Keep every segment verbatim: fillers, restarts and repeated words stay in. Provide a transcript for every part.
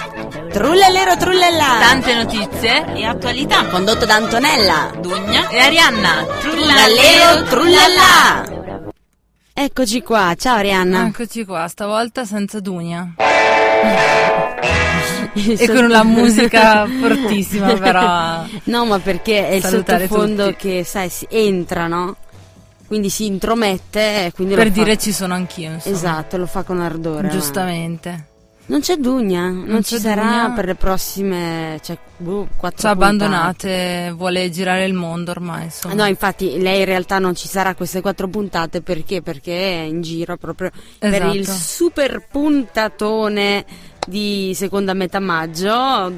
Trullallero trullallà. Tante notizie e attualità. Condotto da Antonella, Dugna e Arianna. Trullallero trullallà. Eccoci qua, ciao Arianna. Eccoci qua, stavolta senza Dugna. E con una musica fortissima, però. No, ma perché è il sottofondo tutti. Che, sai, si entra, no? Quindi si intromette e quindi per lo dire fa. Ci sono anch'io, insomma. Esatto, lo fa con ardore. Giustamente. Ma non c'è Dugna, non, Non ci c'è sarà Dugna. per le prossime, cioè, boh, quattro Ci ha puntate. abbandonate, vuole girare il mondo ormai, insomma. No, infatti lei in realtà non ci sarà queste quattro puntate perché? Perché è in giro proprio per Esatto. il super puntatone di seconda metà maggio,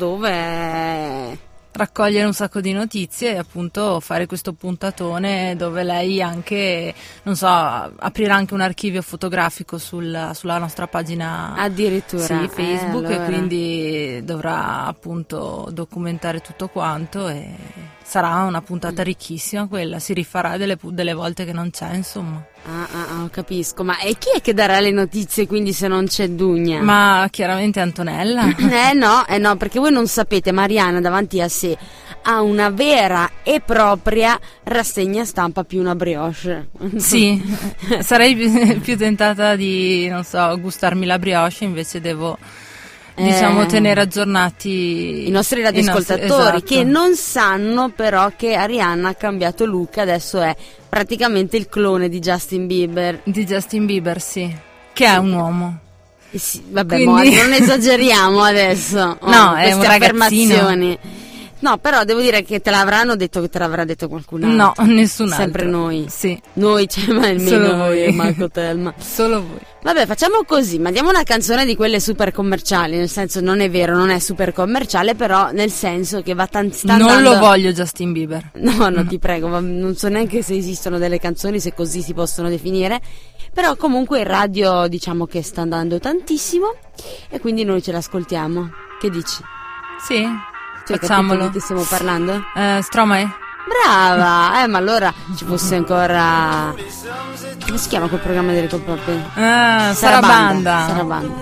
dove Raccogliere un sacco di notizie e appunto fare questo puntatone dove lei anche, non so, aprirà anche un archivio fotografico sul, sulla nostra pagina addirittura sì, Facebook eh, allora. E quindi dovrà appunto documentare tutto quanto e sarà una puntata ricchissima quella, si rifarà delle, delle volte che non c'è, insomma. Ah, ah, ah, capisco, ma e chi è che darà le notizie quindi se non c'è Dugna? Ma chiaramente Antonella. eh no, eh no, perché voi non sapete, Mariana davanti a sé ha una vera e propria rassegna stampa più una brioche. Sì, sarei più, più tentata di, non so, gustarmi la brioche, invece devo, diciamo, eh, tenere aggiornati i nostri radioascoltatori, esatto. Che non sanno però che Arianna ha cambiato look, adesso è praticamente il clone di Justin Bieber. Di Justin Bieber, sì, che è un uomo. Eh sì, vabbè, Quindi... mo, non esageriamo adesso. Oh, no, è un ragazzino. Affermazioni. No, però devo dire che te l'avranno detto, che te l'avrà detto qualcun altro. No, nessun altro. Sempre noi. Sì. Noi, cioè, ma almeno Solo noi voi. e Marco Telma. Solo voi. Vabbè, facciamo così, mandiamo una canzone di quelle super commerciali, nel senso non è vero, non è super commerciale, però nel senso che va tan- sta Non andando... lo voglio Justin Bieber. No, no, ti prego, ma non so neanche se esistono delle canzoni, se così si possono definire, però comunque il radio diciamo che sta andando tantissimo e quindi noi ce l'ascoltiamo. Che dici? Sì, Cioè, facciamolo. Di che stiamo parlando? Eh, Stromae? Brava! Eh, ma allora ci fosse ancora... Come si chiama quel programma delle coppie? Ah, Sarabanda. Sarabanda.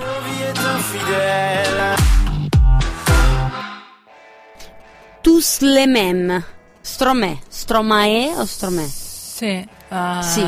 Tous les mêmes. Stromae. Stromae o Stromae? Sì. Uh, Sì.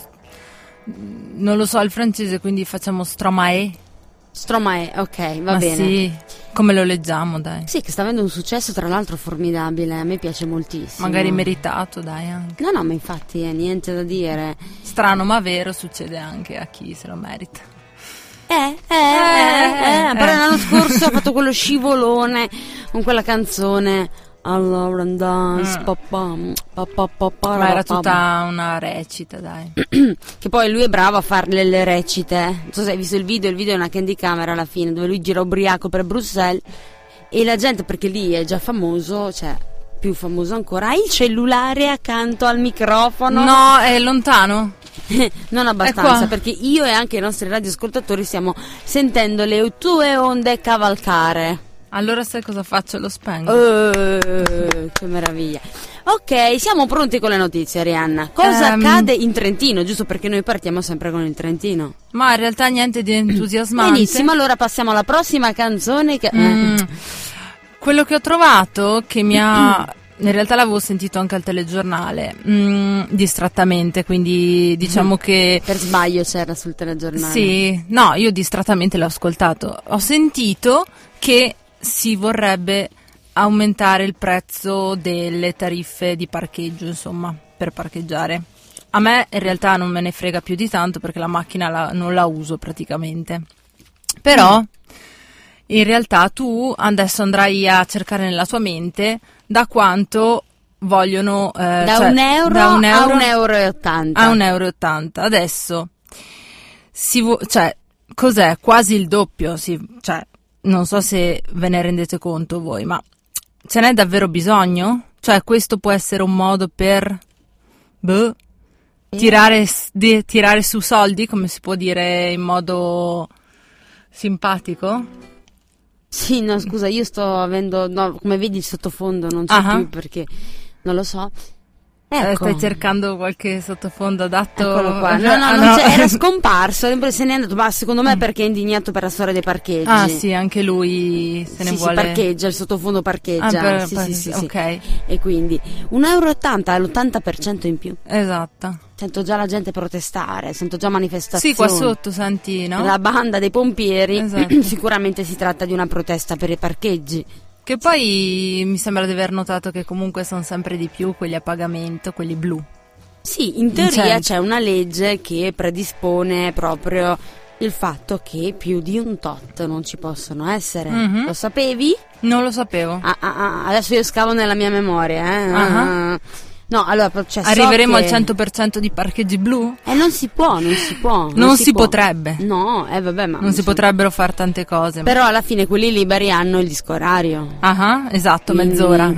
Non lo so il francese, quindi facciamo Stromae. Stromae, ok, va Ma bene. sì, come lo leggiamo, dai. Sì, che sta avendo un successo tra l'altro formidabile, a me piace moltissimo. Magari meritato, dai, anche. No, no, ma infatti eh, niente da dire. Strano ma vero, succede anche a chi se lo merita. Eh, eh, eh, eh, eh, però eh. l'anno scorso ha fatto quello scivolone con quella canzone Allora dance, Mm. papà, papà, papà, Ma era papà. tutta una recita, dai. Che poi lui è bravo a fare le recite. Non so se hai visto il video, il video è una candy camera alla fine, dove lui gira ubriaco per Bruxelles e la gente, perché lì è già famoso, cioè più famoso ancora, ha il cellulare accanto al microfono. No, è lontano. Non È abbastanza, qua. perché io e anche i nostri radioascoltatori stiamo sentendo le tue onde cavalcare. Allora sai cosa faccio? Lo spengo. Eh, che meraviglia. Ok, siamo pronti con le notizie, Arianna. Cosa Ehm. accade in Trentino? Giusto perché noi partiamo sempre con il Trentino. Ma in realtà niente di entusiasmante. Benissimo, allora passiamo alla prossima canzone che... Mm, eh. quello che ho trovato, che mi ha... In realtà l'avevo sentito anche al telegiornale, mm, distrattamente, quindi diciamo che... Per sbaglio c'era sul telegiornale. Sì, no, io distrattamente l'ho ascoltato. Ho sentito che si vorrebbe aumentare il prezzo delle tariffe di parcheggio, insomma, per parcheggiare. A me in realtà non me ne frega più di tanto perché la macchina la, non la uso praticamente. Però Mm. in realtà tu adesso andrai a cercare nella tua mente da quanto vogliono... eh, Da, cioè, un euro da un euro a un euro e ottanta. a un euro e ottanta. Adesso si vo- cioè cos'è? Quasi il doppio, sì, cioè non so se ve ne rendete conto voi, ma ce n'è davvero bisogno? Cioè questo può essere un modo per boh, tirare, s- di- tirare su soldi, come si può dire in modo simpatico? Sì, no, scusa, io sto avendo, no, come vedi il sottofondo non c'è Ah. più perché non lo so. Ecco. Stai cercando qualche sottofondo adatto? Eccolo qua. No, no, Ah, non no. c'è- era scomparso, se n'è andato, ma secondo me perché è indignato per la storia dei parcheggi. Ah sì, anche lui se ne sì, vuole. sì, parcheggia, il sottofondo parcheggia. Ah, per- sì, per- sì, sì, sì. ok. E quindi un euro e ottanta, l'ottanta per cento in più. Esatto. Sento già la gente protestare, sento già manifestazioni. Sì, qua sotto senti, no? La banda dei pompieri, Esatto. sicuramente si tratta di una protesta per i parcheggi. Che poi mi sembra di aver notato che comunque sono sempre di più quelli a pagamento, quelli blu. Sì, in teoria centro. c'è una legge che predispone proprio il fatto che più di un tot non ci possono essere. Mhm. Lo sapevi? Non lo sapevo. Ah, ah, ah, adesso io scavo nella mia memoria, eh. Ah. Ah. No, allora, cioè, so Arriveremo che- al cento per cento di parcheggi blu? Eh, non si può, non si può. Non si può. potrebbe. No, eh vabbè, ma Non si insomma. potrebbero fare tante cose. ma- Però alla fine quelli liberi hanno il disco orario. Ah, esatto, Quindi- mezz'ora.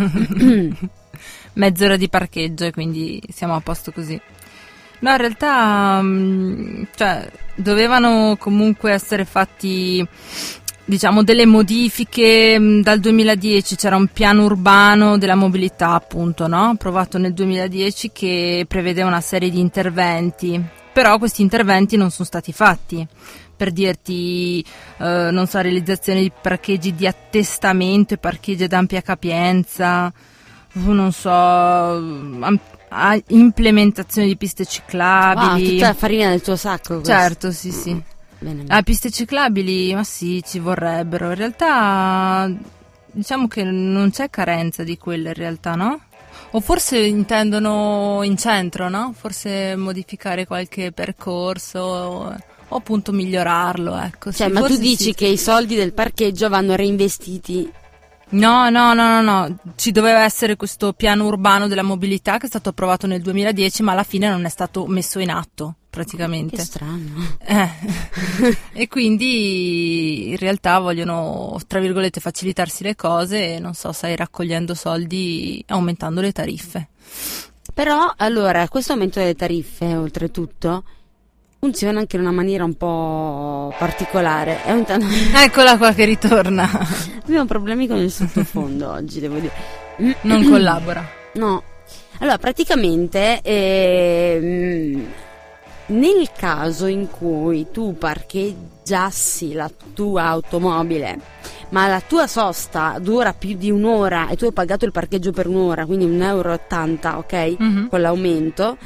Mezz'ora di parcheggio e quindi siamo a posto così. No, in realtà, mm, cioè, dovevano comunque essere fatti, diciamo, delle modifiche. mm, Dal duemiladieci c'era un piano urbano della mobilità, appunto, no? Approvato nel duemiladieci, che prevedeva una serie di interventi, però questi interventi non sono stati fatti. Per dirti, eh, non so, realizzazione di parcheggi di attestamento e parcheggi ad ampia capienza, uh, non so, am- a- implementazione di piste Wow, ciclabili. tutta la farina del tuo sacco. questo. Certo, sì, sì. Bene, bene. Ah, piste ciclabili, ma sì, ci vorrebbero. In realtà, diciamo che non c'è carenza di quelle in realtà, no? O forse intendono in centro, no? Forse modificare qualche percorso o, o appunto migliorarlo, ecco. Cioè, sì, ma tu forse dici sì. che i soldi del parcheggio vanno reinvestiti? No, no, no, no, no, ci doveva essere questo piano urbano della mobilità che è stato approvato nel duemiladieci, ma alla fine non è stato messo in atto, praticamente. Che strano. Eh. E quindi in realtà vogliono, tra virgolette, facilitarsi le cose e non so, stai raccogliendo soldi aumentando le tariffe. Però, allora, questo aumento delle tariffe, oltretutto, funziona anche in una maniera un po' particolare. È un t- Eccola qua che ritorna. Abbiamo problemi con il sottofondo oggi, devo dire. Non collabora. No. Allora, praticamente, ehm, nel caso in cui tu parcheggiassi la tua automobile, ma la tua sosta dura più di un'ora e tu hai pagato il parcheggio per un'ora, quindi un euro e ottanta, ok? Mhm. Con l'aumento.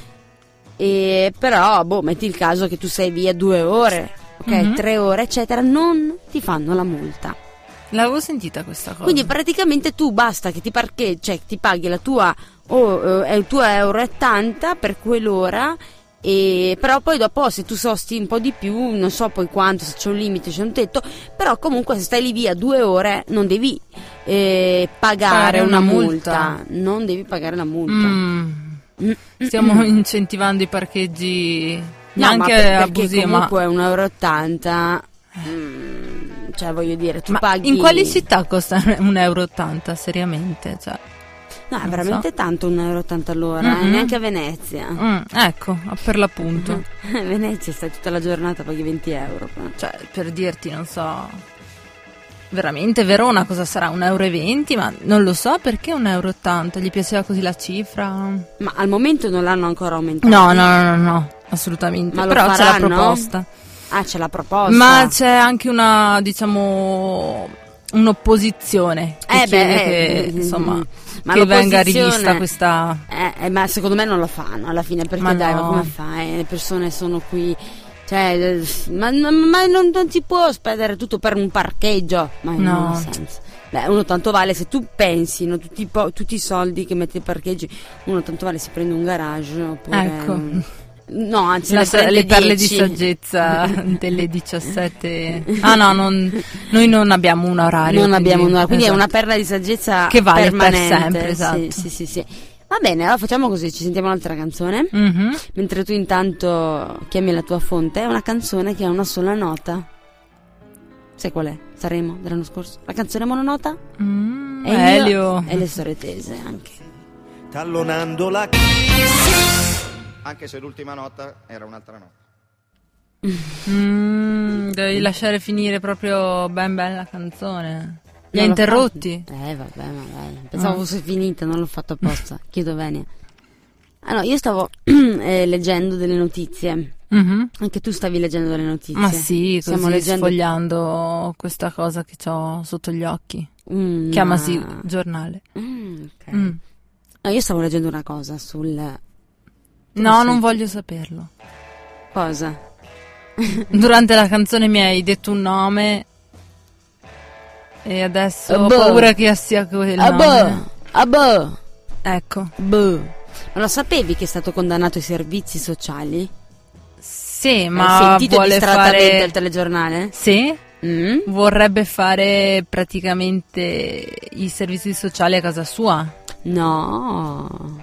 E però, boh, metti il caso che tu sei via due ore, ok? Mhm. Tre ore, eccetera, non ti fanno la multa. L'avevo sentita questa cosa. Quindi praticamente tu basta che ti parcheggi, cioè ti paghi la tua o eh, il tuo euro e ottanta per quell'ora, e però poi dopo se tu sosti un po' di più, non so poi quanto, se c'è un limite, c'è un tetto, però comunque se stai lì via due ore non devi eh, pagare Pagare una, una multa. multa. Non devi pagare la multa. Mm. Mm. Stiamo incentivando i parcheggi No, neanche ma per- perché abusivi, ma comunque un euro e ottanta, mm, cioè voglio dire, tu Ma paghi. in quali città costa un euro e ottanta, seriamente? Cioè, No, è non veramente so. tanto un euro e ottanta all'ora, eh, Mhm. neanche a Venezia. mm, ecco, per l'appunto. A Venezia stai tutta la giornata, paghi venti euro. Cioè, per dirti, non so, veramente Verona cosa sarà? un euro e venti? Ma non lo so perché un euro e ottanta, gli piaceva così la cifra? No, Ma al momento non l'hanno ancora aumentato. no, no, no, no, assolutamente. Ma lo Però c'è la faranno? proposta. Ah, c'è la proposta. Ma c'è anche una, diciamo, un'opposizione che Eh, chiede beh, che, eh, insomma, ma che venga l'opposizione- rivista questa... Eh, eh, ma secondo me non lo fanno alla fine, perché Ma dai, ma no. come fai? Le persone sono qui. Cioè, eh, ma, ma- ma non, non si può spendere tutto per un parcheggio. Ma No. non ha senso. Beh, uno tanto vale, se tu pensi, no, tutti, i po- tutti i soldi che metti ai parcheggi, uno tanto vale si prende un garage oppure. Ecco. No, anzi, La- ne prende le perle di dieci. saggezza delle diciassette. Ah no, non, noi non abbiamo un orario. Non abbiamo quindi, una, quindi è esatto. una perla di saggezza Che vale per permanente. sempre, Sì, esatto. sì, sì, sì. Va bene, allora facciamo così, ci sentiamo un'altra canzone. Mhm. Mentre tu intanto chiami la tua fonte, è una canzone che ha una sola nota. Sai qual è? Sanremo dell'anno scorso. La canzone mononota? Mm, Elio Elio. e le storie tese anche. Tallonando la anche se l'ultima nota era un'altra nota. Mm, devi lasciare finire proprio ben bella canzone. Li ha Non l'ho interrotti? fatto. Eh vabbè, ma dai. Pensavo Ah. fosse finita, non l'ho fatto apposta. Chiedo venia. Allora, io stavo eh, leggendo delle notizie. Mm-hmm. Anche tu stavi leggendo delle notizie. Ma sì, Stiamo così leggendo... sfogliando questa cosa che ho sotto gli occhi. Mm, Chiamasi ma... giornale. Mm, ok. Mm. No, io stavo leggendo una cosa sul... No, sì. non voglio saperlo. Cosa? Durante la canzone mi hai detto un nome e adesso Ah, ho boh. paura che sia quel Ah, nome. boh. Ah, boh. Ecco. Boh. Non lo sapevi che è stato condannato ai servizi sociali? Sì, Hai ma sentito vuole distrattamente fare... il telegiornale? Sì? Mm? Vorrebbe fare praticamente i servizi sociali a casa sua? No.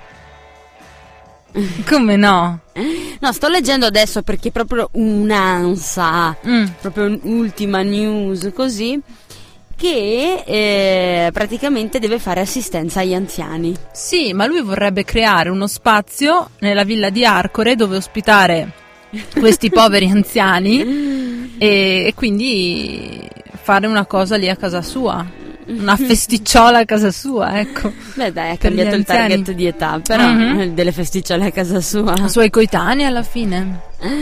Come no? No, sto leggendo adesso perché è proprio un'ansa, Mm. proprio un'ultima news così, che eh, praticamente deve fare assistenza agli anziani. Sì, ma lui vorrebbe creare uno spazio nella villa di Arcore dove ospitare questi poveri anziani e, e quindi fare una cosa lì a casa sua. Una festicciola a casa sua, ecco. Beh dai, ha Per gli cambiato il anziani. target di età, però Mhm. eh, delle festicciole a casa sua. I suoi coetanei alla fine.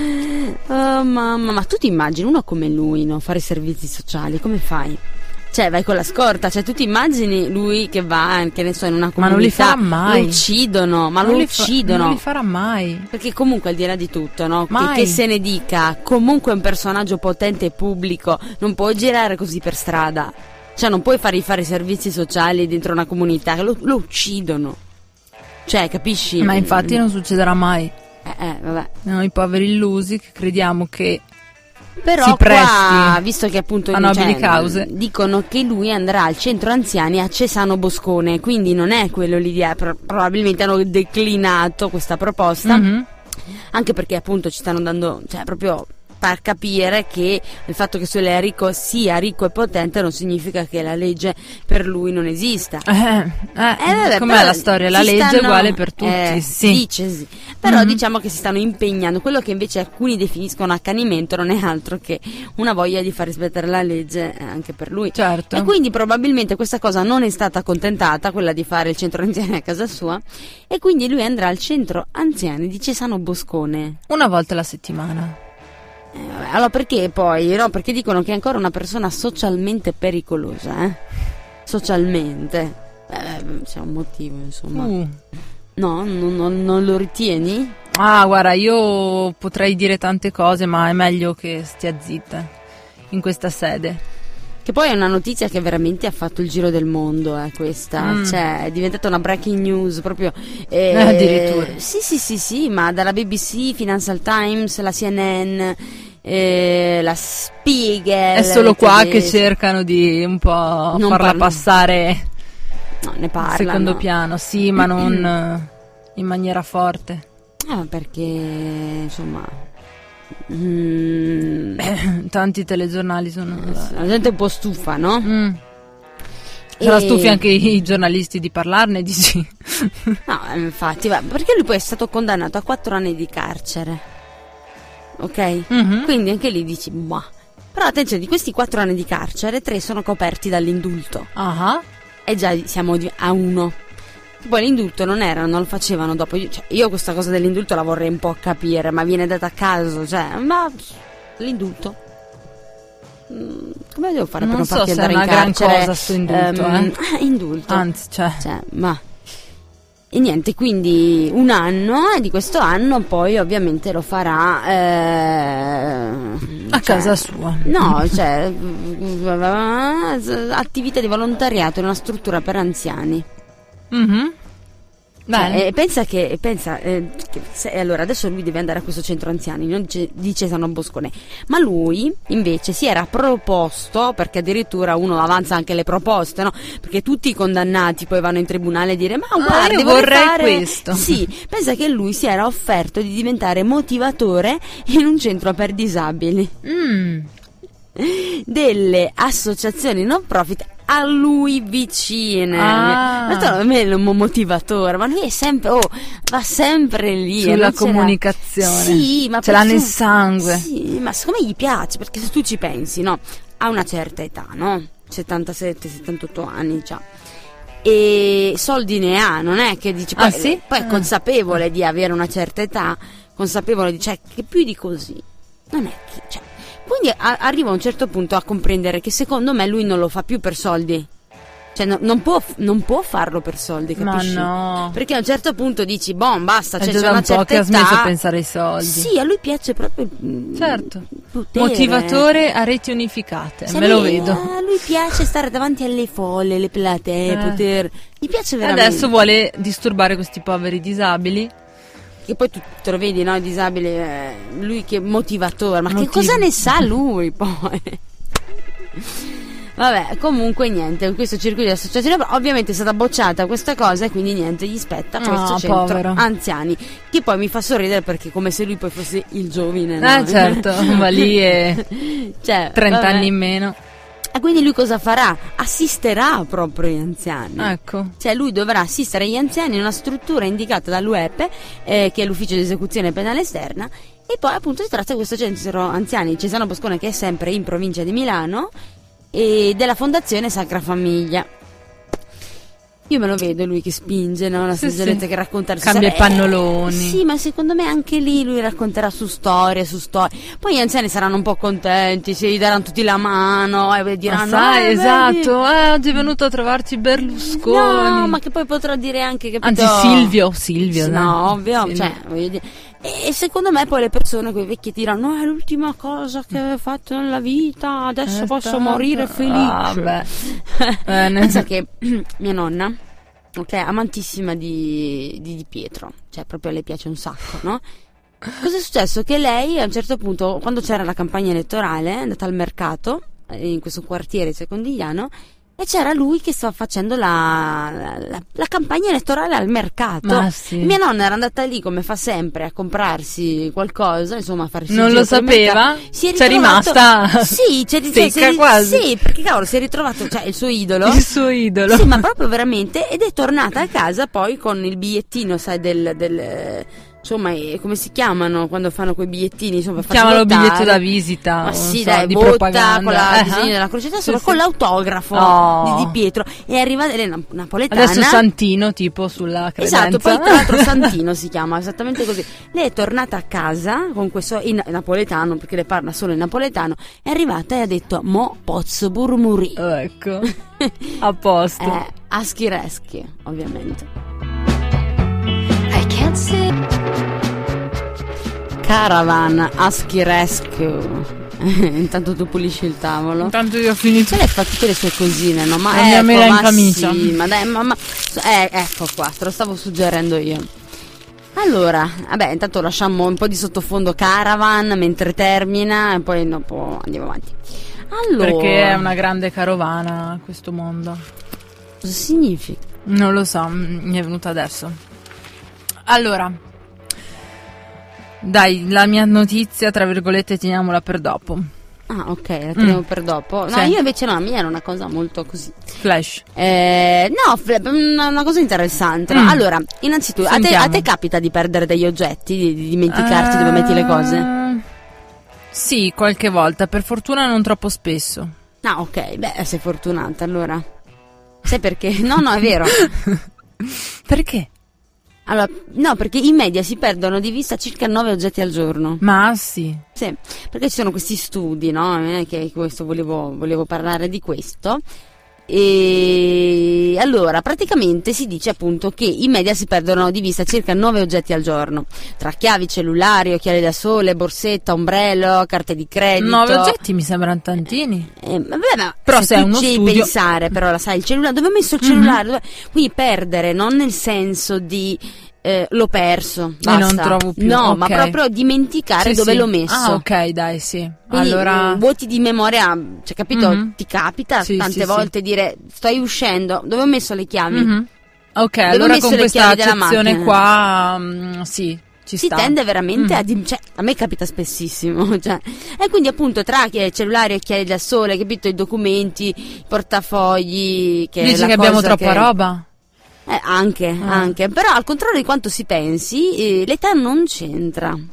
Oh mamma, ma tu ti immagini uno come lui, no? Fare servizi sociali, come fai? Cioè vai con la scorta, cioè tu ti immagini lui che va, che ne so, in una comunità, Ma non li farà mai. lo uccidono, ma non lo li fa- uccidono. non li farà mai. Perché comunque al di là di tutto, no? Che, Mai. che se ne dica, comunque è un personaggio potente e pubblico, non puoi girare così per strada. Cioè non puoi fargli fare i servizi sociali dentro una comunità, lo, lo uccidono. Cioè, capisci? Ma infatti non succederà mai. Eh, eh, vabbè. Noi poveri illusi che crediamo che Però si presti qua, visto che appunto a nobili cioè, cause. dicono che lui andrà al centro anziani a Cesano Boscone, quindi non è quello lì di pro- probabilmente hanno declinato questa proposta, Mhm. anche perché appunto ci stanno dando, cioè proprio far capire che il fatto che Sole è ricco sia ricco e potente non significa che la legge per lui non esista. Eh, eh, Eh, vabbè, com'è però la storia? La si legge è stanno- uguale per tutti, eh, sì. Dice sì. Però Mhm. diciamo che si stanno impegnando. Quello che invece alcuni definiscono accanimento non è altro che una voglia di far rispettare la legge eh, anche per lui. Certo. E quindi probabilmente questa cosa non è stata accontentata, quella di fare il centro anziani a casa sua, e quindi lui andrà al centro anziani di Cesano Boscone. Una volta alla settimana. Eh, vabbè, allora perché poi? No, perché dicono che è ancora una persona socialmente pericolosa, eh? Socialmente. Eh, c'è un motivo, insomma. Uh. No, non, non- non lo ritieni? Ah, guarda, io potrei dire tante cose, ma è meglio che stia zitta in questa sede. Che poi è una notizia che veramente ha fatto il giro del mondo, eh, questa. Mm. Cioè, è diventata una breaking news proprio. eh, Addirittura. Sì, sì, sì, sì, ma dalla B B C, Financial Times, la C N N, eh, la Spiegel. È solo qua che tedesca. cercano di un po' Non farla parlo- passare No, ne in parlano. secondo piano, sì, ma non eh, in maniera forte. Ah, perché, insomma. mm, Tanti telegiornali sono... la gente è un po' stufa, no? Mm. Sarà E- stufi anche i giornalisti di parlarne, dici? No, eh, infatti, va, perché lui poi è stato condannato a quattro anni di carcere. Ok? Mhm. Quindi anche lì dici, ma. Però attenzione, di questi quattro anni di carcere, tre sono coperti dall'indulto. Ah, E già siamo di- a uno. Poi l'indulto non era, non lo facevano dopo. Io, cioè, io questa cosa dell'indulto la vorrei un po' capire, ma viene data a caso, cioè, ma l'indulto. Mm, come devo fare Non per non so farti se è andare una in gran carcere? cosa sto indulto, Ehm, eh. ah, indulto. anzi, cioè... Cioè, ma. E niente, quindi un anno, e di questo anno poi ovviamente lo farà eh, A cioè, casa sua. No, cioè attività di volontariato in una struttura per anziani. Mhm. Bene. Cioè, e pensa che pensa eh, che se, allora adesso lui deve andare a questo centro anziani, non dice, di Cesano Boscone, ma lui invece si era proposto, perché addirittura uno avanza anche le proposte, no? Perché tutti i condannati poi vanno in tribunale a dire ma Ah, guardi, io vorrei vorrei fare questo. Sì, pensa che lui si era offerto di diventare motivatore in un centro per disabili Mm. delle associazioni non profit a lui vicine. Ah. Ma tu non è un motivatore, ma lui è sempre, oh, va sempre lì. Sulla e non ce l'ha- comunicazione. Sì, ma Ce l'ha per nel su- sangue. Sì, ma siccome gli piace, perché se tu ci pensi, no, ha una certa età, no? settantasette settantotto anni già. e soldi ne ha, non è che dice poi, Ah, sì? poi è consapevole di avere una certa età, consapevole di cioè che più di così non è che cioè, quindi a, arriva a un certo punto a comprendere che secondo me lui non lo fa più per soldi. Cioè no, non, può, non può farlo per soldi, capisci? Ma no. Perché a un certo punto dici, boh, basta, È cioè già c'è da una un po' certa che ha età. smesso a pensare ai soldi. Sì, a lui piace proprio il Certo. il potere. Motivatore a reti unificate, Cioè, me lo lui- vedo. A lui piace stare davanti alle folle, le platee, Eh. poter... Gli piace E veramente. adesso vuole disturbare questi poveri disabili. Che poi tu te lo vedi, no? I disabili, eh, lui che motivatore, ma Motiv- che cosa ne sa lui poi? Vabbè, comunque niente, in questo circuito di associazione però ovviamente è stata bocciata questa cosa e quindi niente, gli spetta questo Ah, centro povero. anziani, che poi mi fa sorridere perché come se lui poi fosse il giovine, no? Eh certo, va lì e Cioè, trenta vabbè. anni in meno. E quindi lui cosa farà? Assisterà proprio gli anziani. Ecco. Cioè lui dovrà assistere gli anziani in una struttura indicata dall'U E P E, eh, che è l'ufficio di esecuzione penale esterna, e poi appunto si tratta di questo centro anziani Cesano Boscone, che è sempre in provincia di Milano, e della fondazione Sacra Famiglia. Io me lo vedo lui che spinge, no? La Sì, seggioletta sì. che racconta le sue Cambia i storie. pannoloni. Eh, sì, ma secondo me anche lì lui racconterà su storie, su storie. Poi gli anziani saranno un po' contenti, si gli daranno tutti la mano e Ma diranno sai, "Eh, esatto, vedi?" eh, oggi è venuto a trovarci Berlusconi. No, ma che poi potrà dire anche, capito? Anzi, Silvio, Silvio, Sì, dai. no, ovvio, Sì. cioè, voglio dire. E secondo me poi le persone, quei vecchi diranno no, è l'ultima cosa che ho fatto nella vita, adesso Eh, posso tanto. morire felice. Ah, beh. Bene. Pensa che mia nonna, ok, amantissima di, di, di Pietro, cioè proprio a lei piace un sacco, no? Cosa è successo? Che lei a un certo punto, quando c'era la campagna elettorale, è andata al mercato, eh, in questo quartiere secondigliano, e c'era lui che stava facendo la, la, la, la campagna elettorale al mercato. Ma sì. E mia nonna era andata lì, come fa sempre, a comprarsi qualcosa, insomma a farsi il Non giro lo per il sapeva? mercato. Si è C'è ritrovato- rimasta Sì, c'è, c'è, secca si è ri- quasi. Sì, perché cavolo, si è ritrovato, cioè il suo idolo. Il suo idolo. Sì, ma proprio veramente, ed è tornata a casa poi con il bigliettino, sai, del, del insomma, eh, come si chiamano quando fanno quei bigliettini, insomma, per farsi Chiamalo votare. biglietto da visita. Ma non sì, so, dai, di vota propaganda. con la Eh, disegno eh. della crocetta Sì, solo sì. con l'autografo Oh. di Di Pietro. E è arrivata, lei è na- napoletana. Adesso Santino, tipo, sulla credenza. Esatto, poi tra l'altro Santino si chiama, esattamente così. Lei è tornata a casa con questo in napoletano, perché le parla solo in napoletano, è arrivata e ha detto mo pozzo burmurì. Oh, ecco, a posto. Eh, aschi-reschi, ovviamente. I can't see. Caravan aschi-rescu. Intanto tu pulisci il tavolo. Intanto io ho finito. Se lei fa tutte le sue cosine, no? Ma La mia ecco, mela in ma camicia. sì, ma dai, ma, ma eh, ecco qua, te lo stavo suggerendo io. Allora, vabbè, intanto lasciamo un po' di sottofondo Caravan mentre termina e poi dopo andiamo avanti. Allora, Perché è una grande carovana questo mondo. cosa significa? Non lo so, m- mi è venuta adesso. Allora, dai, la mia notizia, tra virgolette, teniamola per dopo. Ah, ok, la teniamo per dopo. No, Sì. io invece no, la mia era una cosa molto così. Flash. Eh, no, fle- una, una cosa interessante. no? Mm. Allora, innanzitutto, a te, Sentiamo. a te capita di perdere degli oggetti, di, di dimenticarti dove metti le cose? Eh, Sì, qualche volta, per fortuna non troppo spesso. Ah, ok, beh, sei fortunata allora. Sai perché? No, no, è vero. Perché? Allora, no, perché in media si perdono di vista circa nove oggetti al giorno. Ma sì. Sì, perché ci sono questi studi, no? Eh, che questo volevo, volevo parlare di questo. E allora, praticamente si dice appunto che in media si perdono di vista circa nove oggetti al giorno, tra chiavi, cellulari, occhiali da sole, borsetta, ombrello, carte di credito. Nove oggetti mi sembrano tantini. Eh, vabbè, ma Però se se è tu uno ci devi studio- pensare, però la sai, il cellulare, dove ho messo il Mhm. cellulare? Dove- Quindi perdere, non nel senso di eh, l'ho perso, E basta. non trovo più. No, ok. ma proprio dimenticare Sì, dove sì. l'ho messo. Ah, ok, dai, sì. Quindi, Allora, mm, vuoti di memoria, cioè capito? Mhm. Ti capita Sì, tante sì, volte dire stai uscendo, dove ho messo le chiavi? Mhm. Ok, ho allora messo con le questa chiavi della accezione macchina? qua, mm, sì, ci Si sta. tende veramente Mm. a dim- cioè, a me capita spessissimo, cioè. E quindi appunto tra che cellulari, occhiali da sole, capito, i documenti, i portafogli, che è Dici la che abbiamo cosa troppa che- roba? Eh, anche, Ah. anche, però al contrario di quanto si pensi, eh, l'età non c'entra.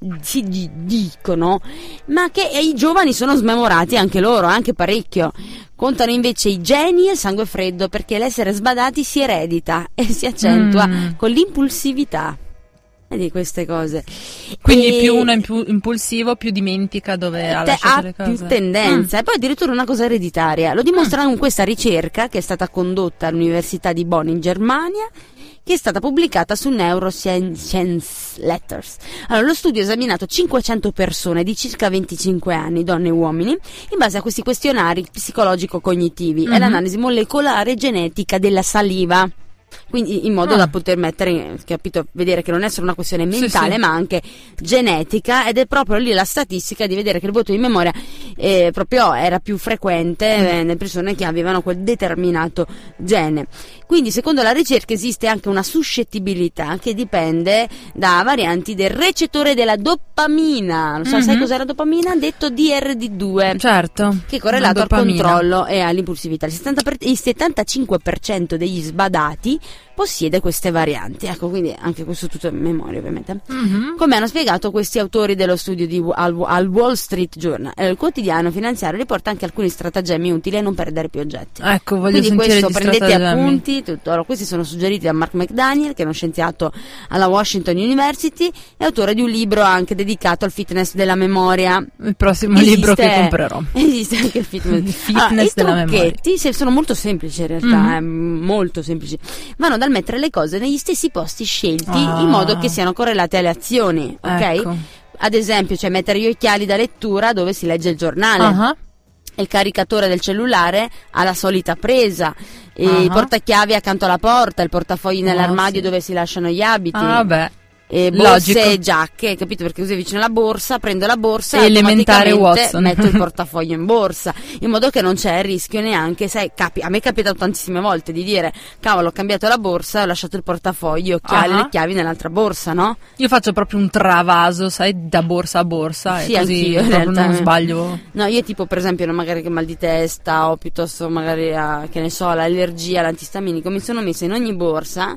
si di- dicono, ma che i giovani sono smemorati anche loro, anche parecchio. Contano invece i geni e il sangue freddo, perché l'essere sbadati si eredita e si accentua Mm. con l'impulsività. Vedi queste cose. Quindi E- più uno è impu- impulsivo, più dimentica dove ha te- lasciato ha le cose. più tendenza e poi addirittura una cosa ereditaria. Lo dimostra con questa ricerca che è stata condotta all'Università di Bonn in Germania, che è stata pubblicata su Neuroscience Letters. Allora, lo studio ha esaminato cinquecento persone di circa venticinque anni, donne e uomini, in base a questi questionari psicologico-cognitivi e Mhm. l'analisi molecolare genetica della saliva. Quindi in modo Ah. da poter mettere, capito, vedere che non è solo una questione Sì, mentale, sì. ma anche genetica, ed è proprio lì la statistica di vedere che il voto di memoria eh, proprio era più frequente eh, nelle persone che avevano quel determinato gene. Quindi secondo la ricerca esiste anche una suscettibilità che dipende da varianti del recettore della dopamina. Non so, sai Mhm. cos'è la dopamina? Detto D R D due. Certo. Che è correlato La al dopamina. controllo e all'impulsività. Il settanta per- il settantacinque per cento degli sbadati possiede queste varianti. Ecco, quindi anche questo tutto in memoria, ovviamente. Mhm. Come hanno spiegato questi autori dello studio di, al, al Wall Street Journal, eh, il quotidiano finanziario riporta anche alcuni stratagemmi utili a non perdere più oggetti. Ecco, voglio Quindi sentire questo gli prendete stratagemmi. appunti, tutto. Allora, questi sono suggeriti da Mark McDaniel, che è uno scienziato alla Washington University e autore di un libro anche dedicato al fitness della memoria. Il prossimo Esiste- libro che comprerò. Esiste anche il fitness, Il fitness Allora, i della memoria. trucchetti se- sono molto semplici in realtà, Mhm. eh, molto semplici. Vanno dal mettere le cose negli stessi posti scelti Ah. in modo che siano correlate alle azioni, ok? Ecco. Ad esempio, cioè mettere gli occhiali da lettura dove si legge il giornale. Ah. Il caricatore del cellulare alla solita presa, e Ah. i portachiavi accanto alla porta, il portafogli nell'armadio sì. dove si lasciano gli abiti. Ah, beh. E borse Logico. e giacche, capito? Perché così vicino alla borsa, prendo la borsa e Elementare automaticamente Watson. metto il portafoglio in borsa, in modo che non c'è il rischio neanche, sai, capi- a me è capitato tantissime volte di dire, cavolo, ho cambiato la borsa, ho lasciato il portafoglio, gli occhiali, Ah. le chiavi nell'altra borsa, no? Io faccio proprio un travaso, sai, da borsa a borsa Sì, e così anch'io, in proprio realtà. non sbaglio. No, io tipo per esempio no, magari che mal di testa o piuttosto magari a, che ne so, l'allergia, l'antistaminico, mi sono messa in ogni borsa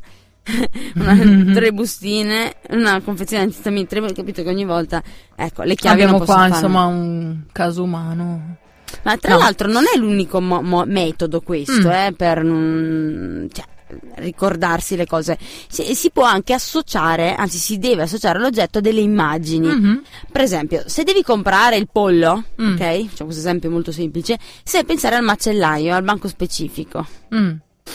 una, tre bustine, una confezione antistaminico, tre, capito che ogni volta, ecco, le chiavi Abbiamo non posso qua fare. insomma un caso umano. Ma tra No. l'altro non è l'unico mo- mo- metodo questo, Mm. eh, per mm, cioè, ricordarsi le cose. Si, si può anche associare, anzi si deve associare l'oggetto a delle immagini. Mhm. Per esempio, se devi comprare il pollo, Mm. ok? Facciamo questo esempio molto semplice, se pensare al macellaio, al banco specifico. Mm.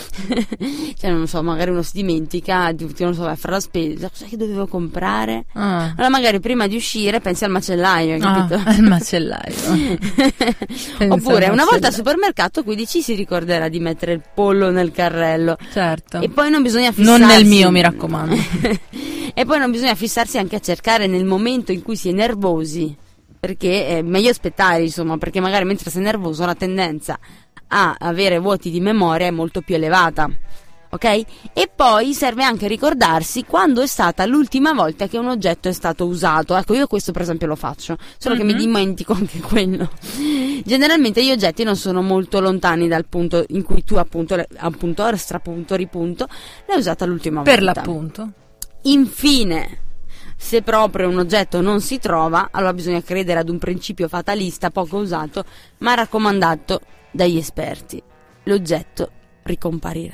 Cioè, non so, magari uno si dimentica, di- non so, vai a fare la spesa, cosa che dovevo comprare? Ah. Allora magari prima di uscire pensi al macellaio, hai Ah, capito? il macellaio. Pensa Oppure al una volta al macellaio. supermercato quindi ci si ricorderà di mettere il pollo nel carrello. Certo. E poi non bisogna fissarsi. Non nel mio, mi raccomando. E poi non bisogna fissarsi anche a cercare nel momento in cui si è nervosi, perché è meglio aspettare, insomma, perché magari mentre sei nervoso la tendenza a avere vuoti di memoria è molto più elevata. Ok? E poi serve anche ricordarsi quando è stata l'ultima volta che un oggetto è stato usato. Ecco, io questo per esempio lo faccio, solo che mi Mhm. dimentico anche quello. Generalmente gli oggetti non sono molto lontani dal punto in cui tu appunto, le- appunto, strapunto, ripunto, l'hai usata l'ultima Per volta. l'appunto. Infine, se proprio un oggetto non si trova, allora bisogna credere ad un principio fatalista poco usato, ma raccomandato dagli esperti. L'oggetto ricomparirà.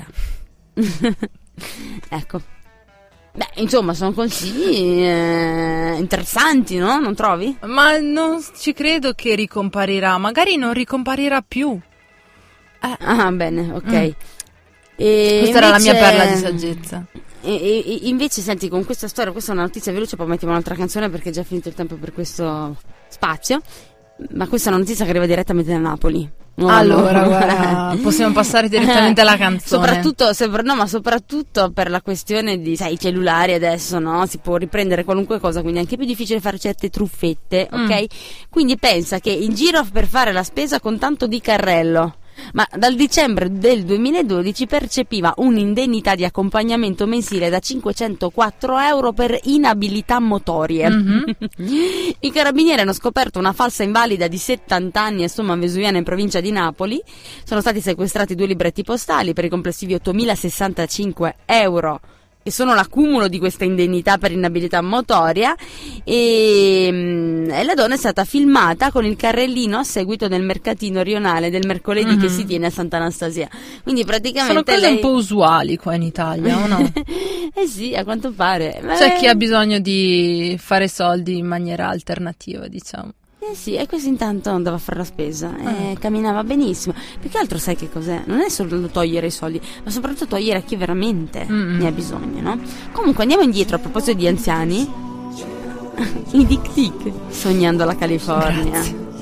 Ecco. Beh, insomma, sono consigli eh, interessanti, no? Non trovi? Ma non ci credo che ricomparirà. Magari non ricomparirà più. Ah, bene, ok. Mm. E Questa era la mia invece- perla di saggezza. E, e- e invece, senti, con questa storia, questa è una notizia veloce, poi mettiamo un'altra canzone perché è già finito il tempo per questo spazio. Ma questa è una notizia che arriva direttamente da Napoli. No, Allora, no. guarda, possiamo passare direttamente alla canzone. Soprattutto, sopra- no, ma soprattutto per la questione di, sai, i cellulari adesso, no? Si può riprendere qualunque cosa, quindi è anche più difficile fare certe truffette, Mm. ok? Quindi pensa che in giro per fare la spesa con tanto di carrello, ma dal dicembre del duemiladodici percepiva un'indennità di accompagnamento mensile da cinquecentoquattro euro per inabilità motorie. Mhm. I carabinieri hanno scoperto una falsa invalida di settanta anni a Somma Vesuviana in provincia di Napoli. Sono stati sequestrati due libretti postali per i complessivi ottomila sessantacinque euro che sono l'accumulo di questa indennità per inabilità motoria, e, mm, e la donna è stata filmata con il carrellino a seguito del mercatino rionale del mercoledì Mhm. che si tiene a Sant'Anastasia. Quindi praticamente Sono cose lei... un po' usuali qua in Italia, o no? Eh sì, a quanto pare. C'è Eh, chi ha bisogno di fare soldi in maniera alternativa, diciamo. Eh sì, e questo intanto andava a fare la spesa e camminava benissimo. Più che altro sai che cos'è? Non è solo togliere i soldi, ma soprattutto togliere a chi veramente Mm-mm. ne ha bisogno, no? Comunque andiamo indietro a proposito di anziani. I Dick Dick, sognando la California.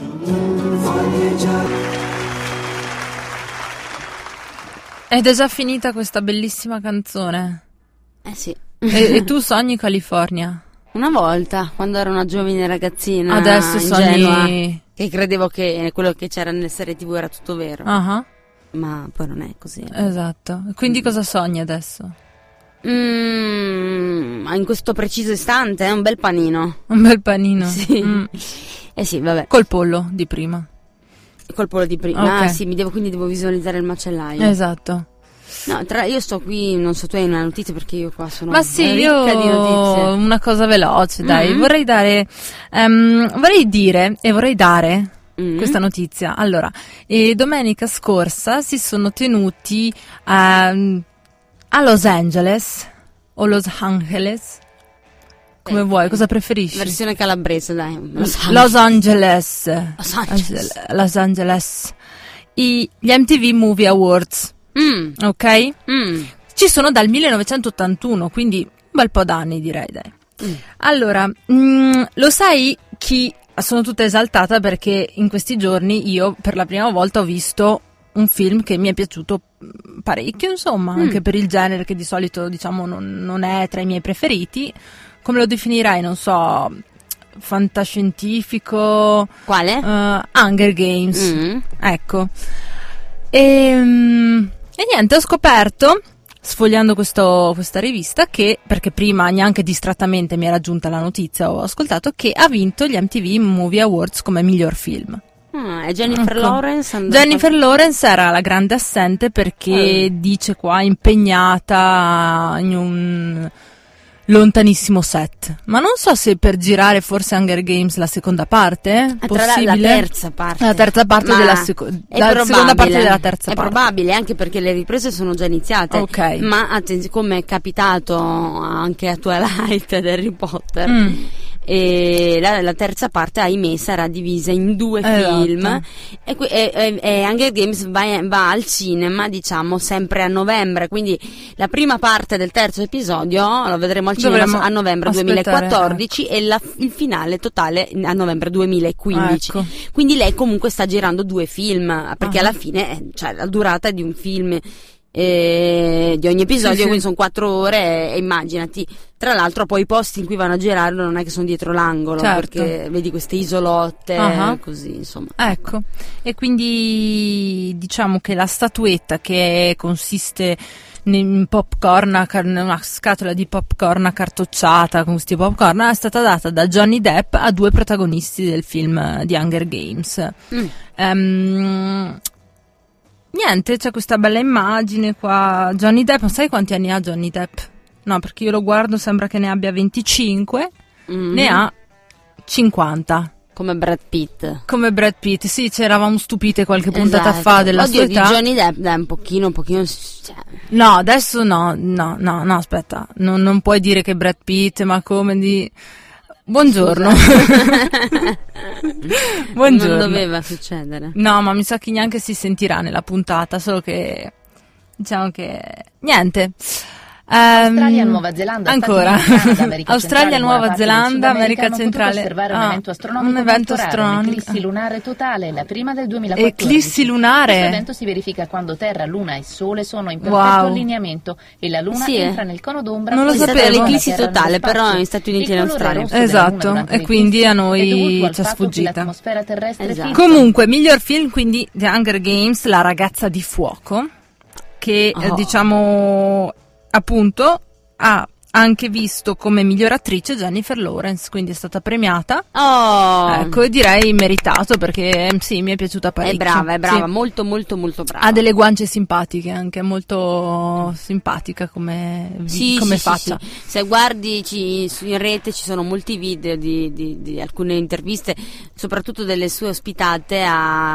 Ed è già finita questa bellissima canzone. Eh sì. E, e tu sogni California? Una volta, quando ero una giovane ragazzina Adesso ingenua, sogni... che credevo che quello che c'era nelle serie tivù era tutto vero, Ah, ma poi non è così. esatto. Quindi cosa sogni adesso? Mm, in questo preciso istante è un bel panino. Un bel panino. Sì. Mm. Eh sì, vabbè, Col pollo di prima. col pollo di prima. Ok. Ah sì, mi devo, quindi devo visualizzare il macellaio. Esatto. No, tra, io sto qui, non so, tu hai una notizia perché io qua sono Ma sì, ricca io di notizie. una cosa veloce, dai. Mm. Vorrei dare, ehm, vorrei dire e vorrei dare Mm. questa notizia. Allora, eh, domenica scorsa si sono tenuti a, a Los Angeles o Los Angeles, come Eh, vuoi, cosa preferisci? Versione calabrese, dai. Los Angeles. Los Angeles. Los Angeles. Los Angeles. I, gli M T V Movie Awards, Mm, ok? mm. Ci sono dal millenovecentottantuno, quindi un bel po' d'anni direi, dai. Mm. Allora, mm, lo sai chi... Sono tutta esaltata perché in questi giorni io per la prima volta ho visto un film che mi è piaciuto mm, parecchio, insomma, Mm. anche per il genere che di solito diciamo non, non è tra i miei preferiti. Come lo definirei? Non so, fantascientifico, Quale? eh, Hunger Games, Mm. ecco. E, e niente, ho scoperto, sfogliando questo, questa rivista, che, perché prima neanche distrattamente mi era giunta la notizia, ho ascoltato, che ha vinto gli M T V Movie Awards come miglior film. Ah, è Jennifer Ecco. Lawrence. andò- Jennifer Lawrence era la grande assente perché dice qua impegnata in un lontanissimo set. Ma non so se per girare forse Hunger Games la seconda parte? Ah, tra la, Possibile? la terza parte. La terza parte Ma della seco- è la probabile, seconda parte della terza è parte. probabile anche perché le riprese sono già iniziate. Ok. Ma attenzione, come è capitato anche a Twilight ed Harry Potter, Mm. e la, la terza parte, ahimè, sarà divisa in due Esatto. film. E, que- e, e- e Hunger Games va, va al cinema, diciamo, sempre a novembre. Quindi la prima parte del terzo episodio lo vedremo al cinema Dovremmo a novembre aspettare, duemilaquattordici e la- il finale totale a novembre duemilaquindici. Ecco. Quindi lei comunque sta girando due film, perché Ah. alla fine, eh, cioè, la durata di un film, eh, di ogni episodio, Sì, sì. quindi sono quattro ore, e immaginati. Tra l'altro poi i posti in cui vanno a girarlo non è che sono dietro l'angolo, Certo. perché vedi queste isolotte, Ah. così, insomma. Ecco, e quindi diciamo che la statuetta, che consiste in popcorn, a car- una scatola di popcorn accartocciata con questi popcorn, è stata data da Johnny Depp a due protagonisti del film eh, di Hunger Games. Mm. Ehm, niente, c'è questa bella immagine qua. Johnny Depp, non sai quanti anni ha Johnny Depp? No, perché io lo guardo, sembra che ne abbia venticinque, Mm. ne ha cinquanta. Come Brad Pitt. Come Brad Pitt, sì, ci eravamo stupite qualche puntata Esatto. fa della Oddio, sua di età. Johnny Depp, dai, un pochino, un pochino, cioè, No, adesso no, no, no, no, aspetta, non, non puoi dire che Brad Pitt, ma come di... Buongiorno. Buongiorno. non doveva succedere. No, ma mi sa che neanche si sentirà nella puntata, solo che... Diciamo che... Niente. Ehm, Australia, Nuova Zelanda, ancora. Stati Uniti, Canada, America Australia, Centrale, Nuova buona parte del Zelanda, Sud America hanno potuto Centrale. osservare un Ah, evento astronomico un evento molto raro, astronomico. un'eclissi lunare totale, la prima del duemilaquattordici. Eclissi lunare? Questo evento si verifica quando Terra, Luna e Sole sono in perfetto Wow. allineamento e la Luna Sì, eh. entra nel cono d'ombra. Non lo poi È stata sapevo. la l'eclissi Terra totale, nello però spazio. negli Stati Uniti Il e in colore Australia. rosso della Esatto, Luna durante e quindi l'eclissi a noi è dovuto al ci è fatto che sfuggita. l'atmosfera terrestre Esatto. filtra. Comunque, miglior film quindi The Hunger Games, La ragazza di fuoco, che eh, Oh. diciamo appunto ha anche visto come miglior attrice Jennifer Lawrence, quindi è stata premiata. Oh, Ecco, e direi meritato, perché eh, sì, mi è piaciuta parecchio. è brava, è brava, Sì. molto molto molto brava. Ha delle guance simpatiche, anche molto simpatica come, Sì, come sì, sì, faccia. sì. Se guardi ci- su in rete ci sono molti video di, di- di alcune interviste, soprattutto delle sue ospitate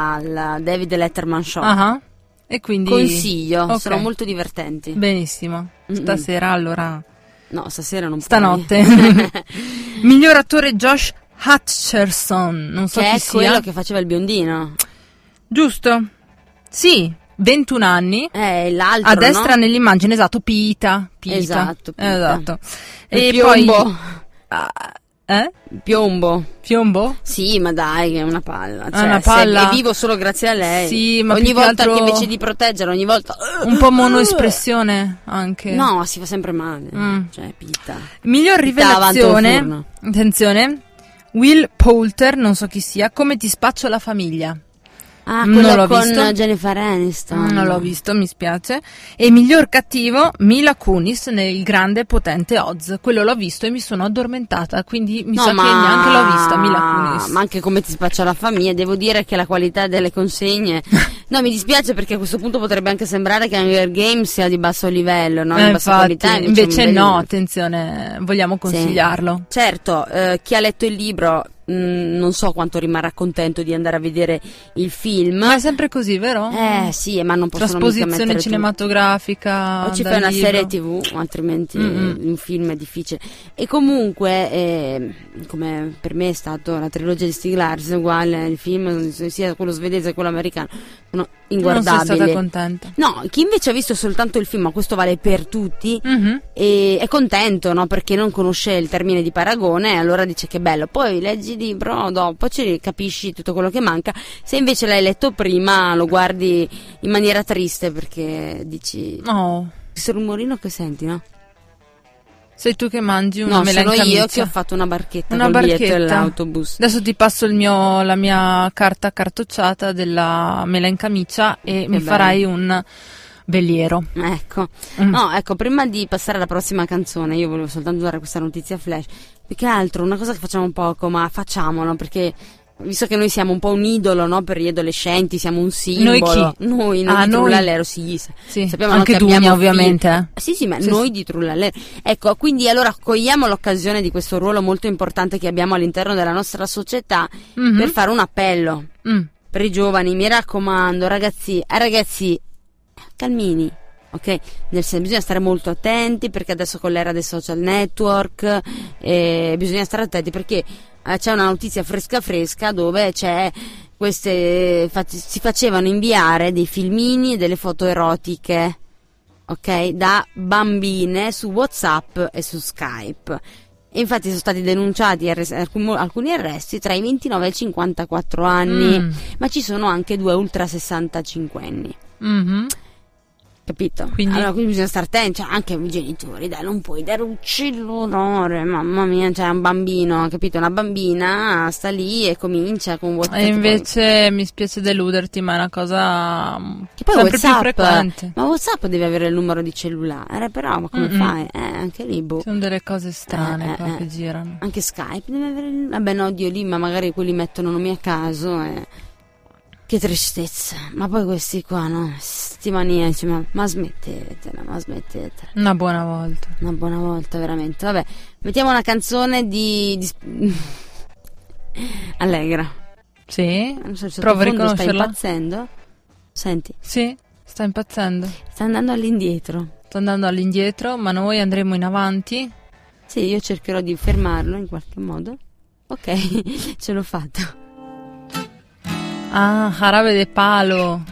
al David Letterman Show. Ah, e quindi Consiglio, Ok. sono molto divertenti. benissimo. Mm-mm. Stasera allora No, stasera non puoi. stanotte. Miglior attore Josh Hutcherson, non so Che chi è sia. quello che faceva il biondino. Giusto? Sì, ventuno anni. Eh, l'altro, A destra no? nell'immagine, esatto, Pita. Pita. Esatto, Pita. Esatto. Il E piombo. poi ah, eh? Piombo. Piombo? Sì, ma dai, che è una palla. Cioè, una se palla? è vivo solo grazie a lei. Sì, ma ogni più che volta altro- che invece di proteggere, ogni volta Un po' monoespressione anche. No, si fa sempre male. Mm. Cioè, Pita. Miglior Pita davanti al rivelazione. forno. Attenzione. Will Poulter, non so chi sia. Come ti spaccio la famiglia. Ah, Non quello l'ho con visto. Jennifer Aniston. Non l'ho visto, mi spiace. E miglior cattivo, Mila Kunis nel grande potente Oz. Quello l'ho visto e mi sono addormentata, quindi mi No, sa ma... che neanche l'ho vista Mila Kunis. Ma anche come ti spaccia la famiglia, devo dire che la qualità delle consegne. No, mi dispiace perché a questo punto potrebbe anche sembrare che Hunger Games sia di basso livello, no? Eh, Di bassa infatti, qualità. invece è un bel- no, attenzione, vogliamo consigliarlo. Certo, eh, chi ha letto il libro mh, non so quanto rimarrà contento di andare a vedere il film. Ma è sempre così, vero? Eh sì, ma non possono mica Trasposizione mettere tutto. cinematografica. O ci dal fai una libro. serie tv, altrimenti Mm-mm. un film è difficile. E comunque, eh, come per me è stato la trilogia di Stieg Larsson, uguale, il film, sia quello svedese che quello americano, sono Non sei inguardabili. stata contenta. No, chi invece ha visto soltanto il film, ma questo vale per tutti, Mhm. e è contento, no? Perché non conosce il termine di paragone, e allora dice che bello. Poi leggi il libro, dopo ci capisci tutto quello che manca. Se invece l'hai letto prima, lo guardi in maniera triste perché dici Oh, questo rumorino che senti, no? sei tu che mangi una No, mela in sono camicia. io che ho fatto una barchetta Una col biglietto barchetta. dell'autobus. Adesso ti passo il mio, la mia carta cartocciata della mela in camicia e mi bello. farai un veliero. Ecco, Mm. no, ecco, prima di passare alla prossima canzone, io volevo soltanto dare questa notizia flash. Più che altro, una cosa che facciamo poco, ma facciamolo, perché visto che noi siamo un po' un idolo, no, per gli adolescenti, siamo un simbolo. Noi chi? Noi, noi Ah, di noi? Trullalero, sì. Sì, Sappiamo anche che Dunia, abbiamo ovviamente, figli. eh. Sì, sì, ma Sì, noi sì. di Trullalero. Ecco, quindi allora cogliamo l'occasione di questo ruolo molto importante che abbiamo all'interno della nostra società Mhm. per fare un appello Mm. per i giovani. Mi raccomando, ragazzi, eh, ragazzi, calmini. Ok, nel senso bisogna stare molto attenti perché adesso con l'era dei social network eh, bisogna stare attenti perché eh, c'è una notizia fresca fresca dove c'è queste fa- si facevano inviare dei filmini e delle foto erotiche, ok, da bambine su WhatsApp e su Skype. E infatti sono stati denunciati arres- alcun- alcuni arresti tra i ventinove e i cinquantaquattro anni, Mm. ma ci sono anche due ultra sessantacinque anni. Mhm. Capito? Quindi? Allora quindi bisogna stare attenti, cioè, anche i genitori, dai, non puoi dare un cellulare, mamma mia, cioè un bambino, capito? Una bambina sta lì e comincia con WhatsApp. E invece mi spiace deluderti, ma è una cosa Che poi sempre più WhatsApp, frequente. ma WhatsApp deve avere il numero di cellulare, però ma come Mm-mm. fai? Eh, anche lì, boh. Ci sono delle cose strane Eh, qua eh, che eh. girano. Anche Skype deve avere il... Vabbè no, Dio lì, ma magari quelli mettono nomi a caso e... Che tristezza. Ma poi questi qua, no? Sti maniaci, ma, ma smettetela, ma smettetela. Una buona volta. Una buona volta, veramente. Vabbè, mettiamo una canzone di... di... Allegra. Sì? Non so, il Prova a sottofondo sta riconoscerla. impazzendo. Senti, Sì, sta impazzendo. sta andando all'indietro. Sta andando all'indietro, ma noi andremo in avanti. Sì, io cercherò di fermarlo in qualche modo. Ok, ce l'ho fatta. Ah, Jarabe de Palo.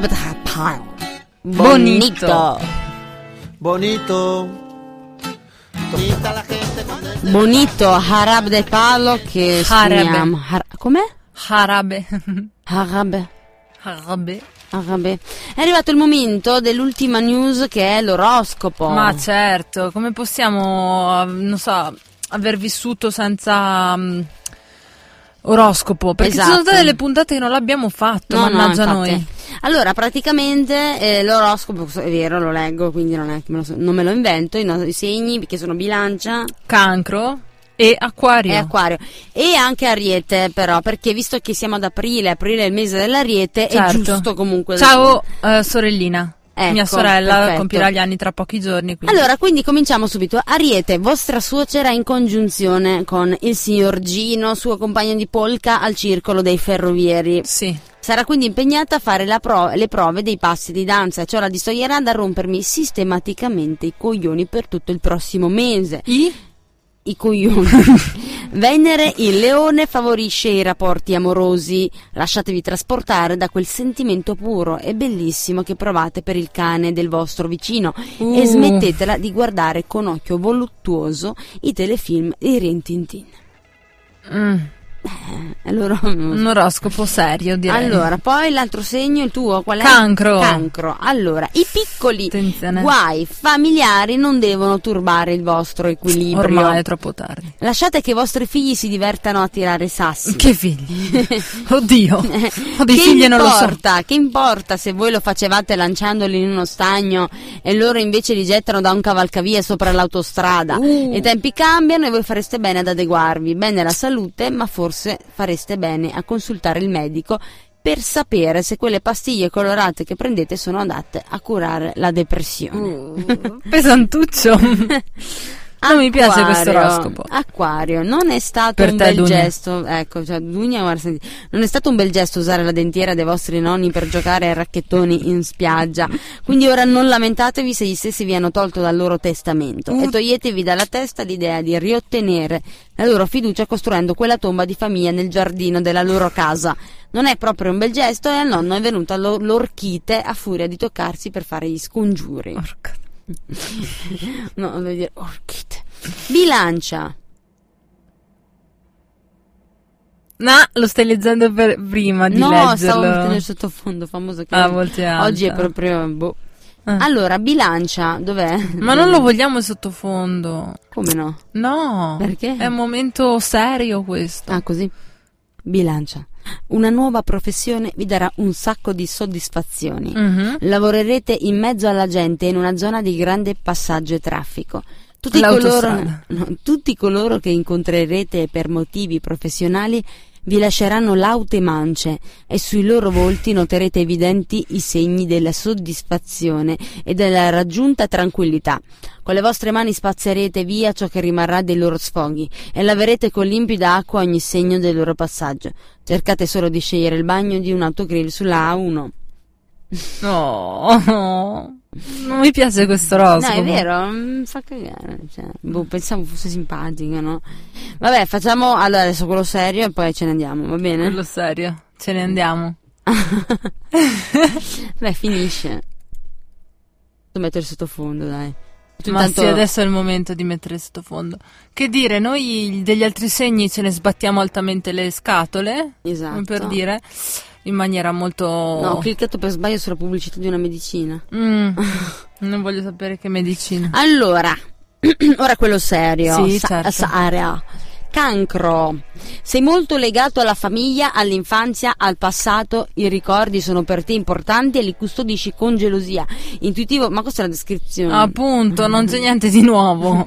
Bonito. Bonito. Bonita la gente con el- Bonito, Harab de Palo che Jarabe. suoniamo. Har- com'è? Jarabe. Harab. Jarabe. Arabe. È arrivato il momento dell'ultima news che è l'oroscopo. Ma certo, come possiamo, non so, aver vissuto senza, mm, oroscopo, perché ci sono Esatto. state delle puntate che non l'abbiamo fatto, No, no, mannaggia infatti. noi. Allora, praticamente eh, l'oroscopo, è vero, lo leggo, quindi non è che me lo so- non me lo invento, i, no- i segni, che sono bilancia Cancro e acquario. e acquario. E anche ariete, però, perché visto che siamo ad aprile, aprile è il mese dell'ariete, Certo. è giusto comunque. Ciao eh, sorellina, Ecco, mia sorella perfetto. compirà gli anni tra pochi giorni. Quindi. Allora, quindi cominciamo subito. Ariete, vostra suocera in congiunzione con il signor Gino, suo compagno di polka al circolo dei ferrovieri. Sì. Sarà quindi impegnata a fare la pro- le prove dei passi di danza e ciò la distoglierà da rompermi sistematicamente i coglioni per tutto il prossimo mese. I? I coglioni. Venere in Leone favorisce i rapporti amorosi. Lasciatevi trasportare da quel sentimento puro e bellissimo che provate per il cane del vostro vicino Uh. e smettetela di guardare con occhio voluttuoso i telefilm di Rin Tin Tin. Mm. Eh, allora, Un oroscopo serio, direi. allora, poi l'altro segno, il tuo, qual è? Cancro. Cancro. Allora, i piccoli Attenzione. guai familiari non devono turbare il vostro equilibrio. Ormai è troppo tardi. Lasciate che i vostri figli si divertano a tirare sassi. Che figli? Oddio. Ho dei che figli e non lo so. importa, che importa se voi lo facevate lanciandoli in uno stagno e loro invece li gettano da un cavalcavia sopra l'autostrada. Uh. I tempi cambiano e voi fareste bene ad adeguarvi. Bene alla salute, ma forse fareste bene a consultare il medico per sapere se quelle pastiglie colorate che prendete sono adatte a curare la depressione. Uh, pesantuccio. Non mi piace questo oroscopo. Acquario, non è stato Per un te, bel Dunia. gesto, ecco, cioè Dunia, guarda, senti, non è stato un bel gesto usare la dentiera dei vostri nonni per giocare ai racchettoni in spiaggia. Quindi ora non lamentatevi se gli stessi vi hanno tolto dal loro testamento Uh. e toglietevi dalla testa l'idea di riottenere la loro fiducia costruendo quella tomba di famiglia nel giardino della loro casa. Non è proprio un bel gesto e al nonno è venuta lo- l'orchite a furia di toccarsi per fare gli scongiuri. Porca. No, devo dire orchite. Bilancia. No, lo stai leggendo per prima di No, leggerlo. stavo mettendo il sottofondo famoso che Ah, voce alta. oggi è proprio boh. Ah. Allora, bilancia, dov'è? Ma non lo vogliamo il sottofondo. Come no? No. Perché? È un momento serio questo. Ah, così. Bilancia. Una nuova professione vi darà un sacco di soddisfazioni. Mhm. Lavorerete in mezzo alla gente in una zona di grande passaggio e traffico. Tutti coloro, L'autostrada. no, tutti coloro che incontrerete per motivi professionali vi lasceranno laute mance e sui loro volti noterete evidenti i segni della soddisfazione e della raggiunta tranquillità. Con le vostre mani spazzerete via ciò che rimarrà dei loro sfoghi e laverete con limpida acqua ogni segno del loro passaggio. Cercate solo di scegliere il bagno di un autogrill sulla A uno. No. Non mi piace questo No, oroscopo. è vero, mi fa cagare. Cioè, boh, pensavo fosse simpatica, no? Vabbè, facciamo allora adesso quello serio e poi ce ne andiamo, va bene? Quello serio. Ce ne andiamo. Beh, finisce. Devo mettere il sottofondo, dai. Tu Ma intanto- sì, adesso è il momento di mettere il sottofondo. Che dire, noi degli altri segni ce ne sbattiamo altamente le scatole, Esatto. per dire, in maniera molto... No, ho cliccato per sbaglio sulla pubblicità di una medicina. Mm, non voglio sapere che medicina. Allora, ora quello serio. Sì, Sa- certo. Sara. Cancro. Sei molto legato alla famiglia, all'infanzia, al passato. I ricordi sono per te importanti e li custodisci con gelosia. Intuitivo, ma questa è la descrizione. Appunto, non c'è niente di nuovo.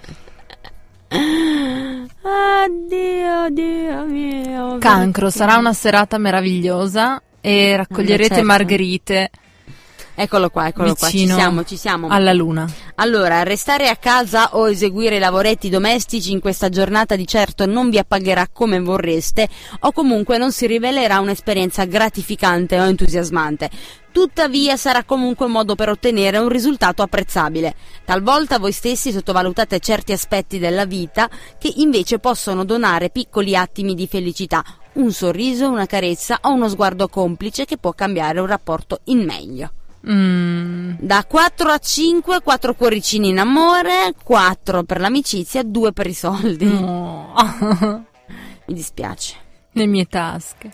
Addio, Dio mio. Cancro, perché? sarà una serata meravigliosa e raccoglierete certo. margherite Eccolo qua, eccolo qua, ci vicino siamo, ci siamo. alla luna. Allora, restare a casa o eseguire lavoretti domestici in questa giornata di certo non vi appagherà come vorreste o comunque non si rivelerà un'esperienza gratificante o entusiasmante. Tuttavia sarà comunque un modo per ottenere un risultato apprezzabile. Talvolta voi stessi sottovalutate certi aspetti della vita che invece possono donare piccoli attimi di felicità, un sorriso, una carezza o uno sguardo complice che può cambiare un rapporto in meglio. Mm. Da quattro a cinque, quattro cuoricini in amore, quattro per l'amicizia, due per i soldi. No. Mi dispiace. Le mie tasche.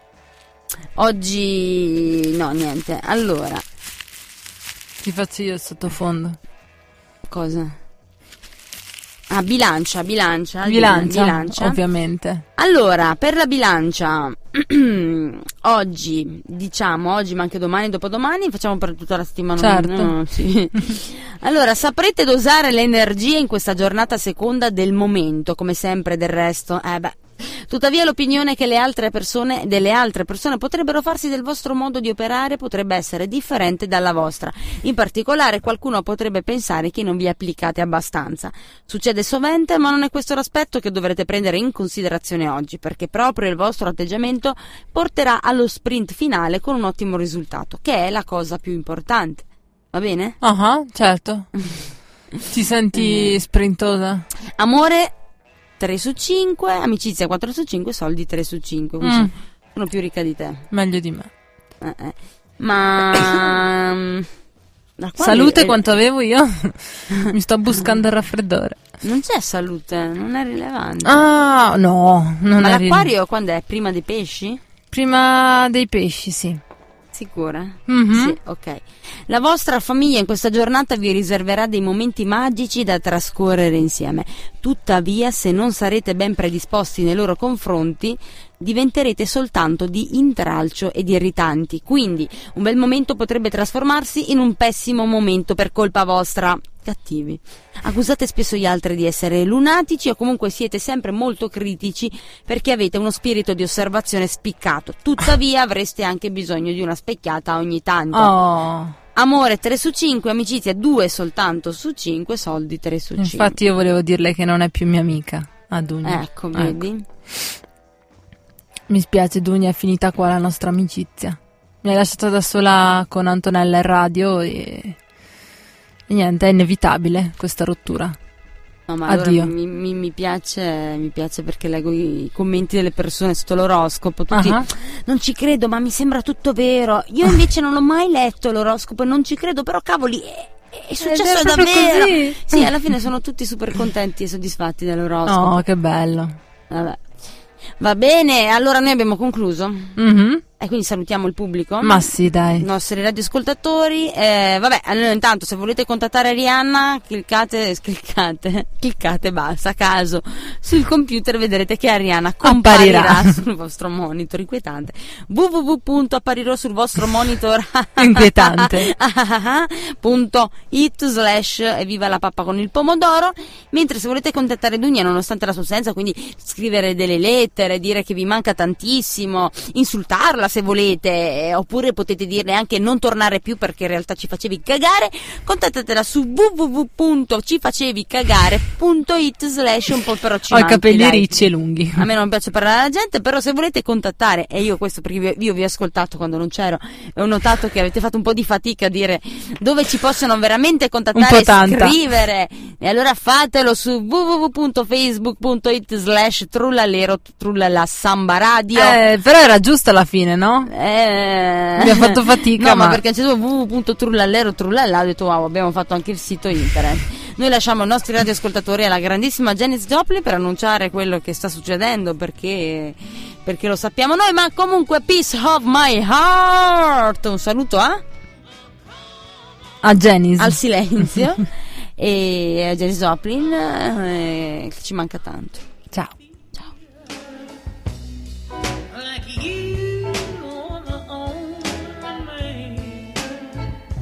Oggi no, niente. Allora, Ti faccio io il sottofondo. cosa? Ah, bilancia, bilancia. Bilancia, bilancia. ovviamente. Allora, per la bilancia, oggi, diciamo, oggi ma anche domani, dopodomani, facciamo per tutta la settimana. Certo. No, sì. Allora, saprete dosare le energie in questa giornata a seconda del momento, come sempre del resto. Eh beh. Tuttavia l'opinione che le altre persone, delle altre persone potrebbero farsi del vostro modo di operare potrebbe essere differente dalla vostra. In particolare qualcuno potrebbe pensare che non vi applicate abbastanza. Succede sovente, ma non è questo l'aspetto che dovrete prendere in considerazione oggi, perché proprio il vostro atteggiamento porterà allo sprint finale con un ottimo risultato, che è la cosa più importante. Va bene? Ah, uh-huh, certo. Ti senti sprintosa? Amore tre su cinque, amicizia quattro su cinque, soldi tre su cinque, quindi Mm. sono più ricca di te. Meglio di me. Eh, eh. Ma da quale- Salute eh, quanto avevo io? Mi sto buscando il raffreddore. non c'è salute, non è rilevante. Ah, no, non Ma è ri- l'acquario quando è? Prima dei pesci? Prima dei pesci, sì. Sicura? Mhm. Sì, ok. La vostra famiglia in questa giornata vi riserverà dei momenti magici da trascorrere insieme. Tuttavia, se non sarete ben predisposti nei loro confronti, diventerete soltanto di intralcio ed irritanti. Quindi, un bel momento potrebbe trasformarsi in un pessimo momento per colpa vostra. Cattivi. Accusate spesso gli altri di essere lunatici o comunque siete sempre molto critici perché avete uno spirito di osservazione spiccato. Tuttavia avreste anche bisogno di una specchiata ogni tanto. Oh, Amore tre su cinque, amicizia due soltanto su cinque, soldi tre su cinque. infatti io volevo dirle che non è più mia amica, a Dunia. Ecco, vedi? Mi spiace Dunia, è finita qua la nostra amicizia. Mi hai lasciata da sola con Antonella in radio e... e niente, è inevitabile questa rottura. No, ma Addio. allora mi, mi, mi piace, mi piace perché leggo i commenti delle persone sotto l'oroscopo, tutti Ah. non ci credo, ma mi sembra tutto vero. Io invece non ho mai letto l'oroscopo e non ci credo, però cavoli, è, è successo È proprio davvero. così. Sì, alla fine sono tutti super contenti e soddisfatti dell'oroscopo. Oh, che bello. Vabbè. Va bene, allora noi abbiamo concluso. Mhm. E quindi salutiamo il pubblico. Ma sì, dai. I nostri radioascoltatori. Eh, vabbè, allora intanto se volete contattare Rihanna, cliccate, cliccate, cliccate basta a caso sul computer, vedrete che Arianna comparirà Apparirà. sul vostro monitor inquietante. w w w punto apparirò sul vostro monitor Inquietante. punto it slash evviva la pappa con il pomodoro. Mentre se volete contattare Dunia nonostante la sua assenza, quindi scrivere delle lettere, dire che vi manca tantissimo, insultarla se volete, eh, oppure potete dirle anche non tornare più perché in realtà ci facevi cagare, contattatela su w w w punto ci facevi cagare punto it slash un po' Ho i perocinanti. capelli dai. ricci e lunghi. A me non piace parlare alla gente, però se volete contattare, e io questo perché vi- io vi ho ascoltato quando non c'ero e ho notato che avete fatto un po' di fatica a dire dove ci possono veramente Un contattare po' e tanta. scrivere, e allora fatelo su w w w punto facebook punto it slash trullalero trullala samba radio. Eh, però era giusto alla fine, no? Eh, Abbiamo fatto fatica, no, ma, ma- perché c'è w w w punto trullallero trullala, ho detto wow, abbiamo fatto anche il sito internet. Noi lasciamo i nostri radioascoltatori alla grandissima Janis Joplin per annunciare quello che sta succedendo, perché perché lo sappiamo noi, ma comunque peace of my heart. Un saluto a A Janis. al silenzio e a Janis Joplin, eh, che ci manca tanto. Ciao.